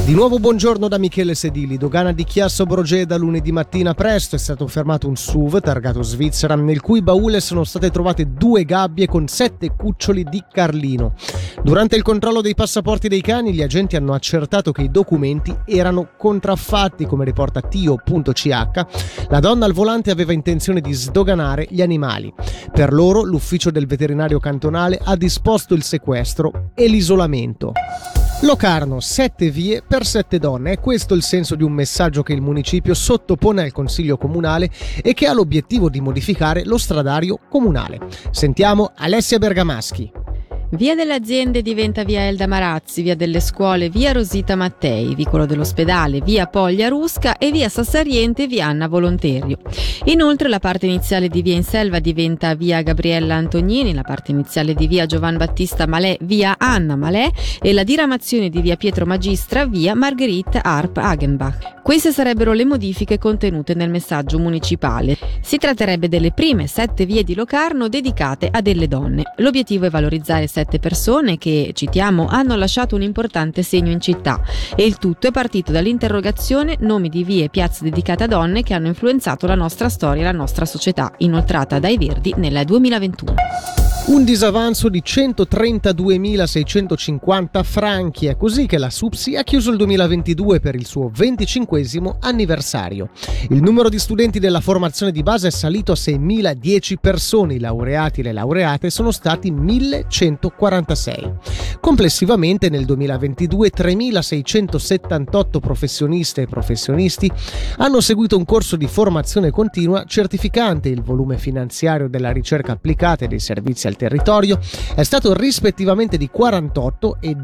Di nuovo buongiorno da Michele Sedili. Dogana di Chiasso Brogeda lunedì mattina presto è stato fermato un SUV targato Svizzera nel cui baule sono state trovate 2 gabbie con 7 cuccioli di Carlino. Durante il controllo dei passaporti dei cani gli agenti hanno accertato che i documenti erano contraffatti, come riporta Tio.ch. La donna al volante aveva intenzione di sdoganare gli animali. Per loro l'ufficio del veterinario cantonale ha disposto il sequestro e l'isolamento. Locarno, 7 vie per 7 donne. È questo il senso di un messaggio che il municipio sottopone al Consiglio Comunale e che ha l'obiettivo di modificare lo stradario comunale. Sentiamo Alessia Bergamaschi. Via delle Aziende diventa via Elda Marazzi, via delle Scuole via Rosita Mattei, vicolo dell'Ospedale via Poglia Rusca e via Sassariente via Anna Volonterio. Inoltre la parte iniziale di via Inselva diventa via Gabriella Antognini, la parte iniziale di via Giovan Battista Malè via Anna Malè e la diramazione di via Pietro Magistra via Marguerite Arp Hagenbach. Queste sarebbero le modifiche contenute nel messaggio municipale. Si tratterebbe delle prime 7 vie di Locarno dedicate a delle donne. L'obiettivo è valorizzare 7 persone che, citiamo, hanno lasciato un importante segno in città, e il tutto è partito dall'interrogazione nomi di vie e piazze dedicate a donne che hanno influenzato la nostra storia e la nostra società, inoltrata dai Verdi nel 2021. Un disavanzo di 132.650 franchi. È così che la SUPSI ha chiuso il 2022 per il suo 25° anniversario. Il numero di studenti della formazione di base è salito a 6.010 persone. I laureati e le laureate sono stati 1.146. Complessivamente nel 2022 3.678 professioniste e professionisti hanno seguito un corso di formazione continua certificante. Il volume finanziario della ricerca applicata e dei servizi al territorio è stato rispettivamente di 48 e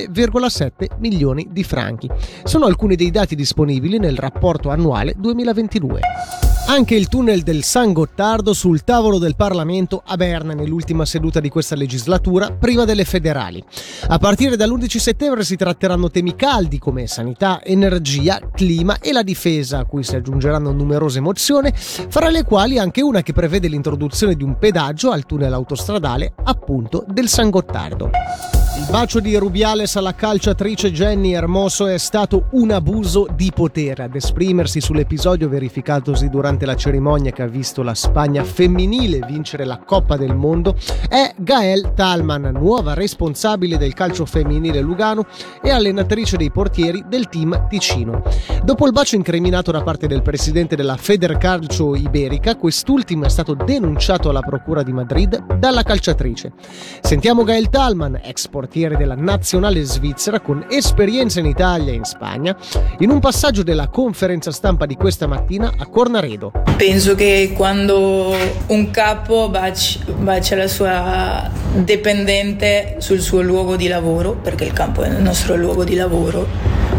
2,7 milioni di franchi. Sono alcuni dei dati disponibili nel rapporto annuale 2022. Anche il tunnel del San Gottardo sul tavolo del Parlamento a Berna nell'ultima seduta di questa legislatura, prima delle federali. A partire dall'11 settembre si tratteranno temi caldi come sanità, energia, clima e la difesa, a cui si aggiungeranno numerose mozioni, fra le quali anche una che prevede l'introduzione di un pedaggio al tunnel autostradale, appunto, del San Gottardo. Il bacio di Rubiales alla calciatrice Jenny Hermoso è stato un abuso di potere. Ad esprimersi sull'episodio verificatosi durante la cerimonia che ha visto la Spagna femminile vincere la Coppa del Mondo è Gaëlle Thalmann, nuova responsabile del calcio femminile Lugano e allenatrice dei portieri del team Ticino. Dopo il bacio incriminato da parte del presidente della Federcalcio Iberica, quest'ultimo è stato denunciato alla Procura di Madrid dalla calciatrice. Sentiamo Gaëlle Thalmann, ex portiere della nazionale svizzera con esperienza in Italia e in Spagna, in un passaggio della conferenza stampa di questa mattina a Cornaredo. Penso che quando un capo bacia la sua dipendente sul suo luogo di lavoro, perché il campo è il nostro luogo di lavoro,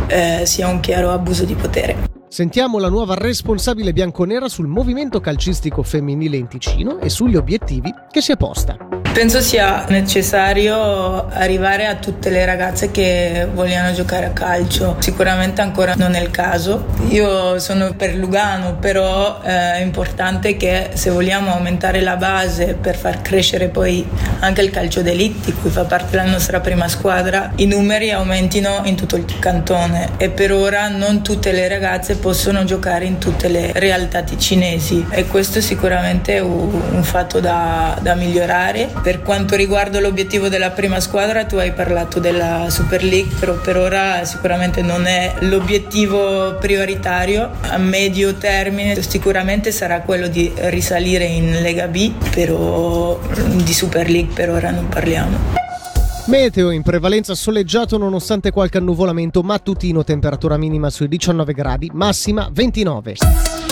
sia un chiaro abuso di potere. Sentiamo la nuova responsabile bianconera sul movimento calcistico femminile in Ticino e sugli obiettivi che si è posta. Penso sia necessario arrivare a tutte le ragazze che vogliono giocare a calcio. Sicuramente ancora non è il caso. Io sono per Lugano, però è importante che se vogliamo aumentare la base per far crescere poi anche il calcio d'elite, di cui fa parte la nostra prima squadra, i numeri aumentino in tutto il cantone, e per ora non tutte le ragazze possono giocare in tutte le realtà ticinesi, e questo è sicuramente un fatto da migliorare. Per quanto riguarda l'obiettivo della prima squadra, tu hai parlato della Super League, però per ora sicuramente non è l'obiettivo prioritario. A medio termine sicuramente sarà quello di risalire in Lega B, però di Super League per ora non parliamo. Meteo in prevalenza soleggiato nonostante qualche annuvolamento mattutino, temperatura minima sui 19 gradi, massima 29.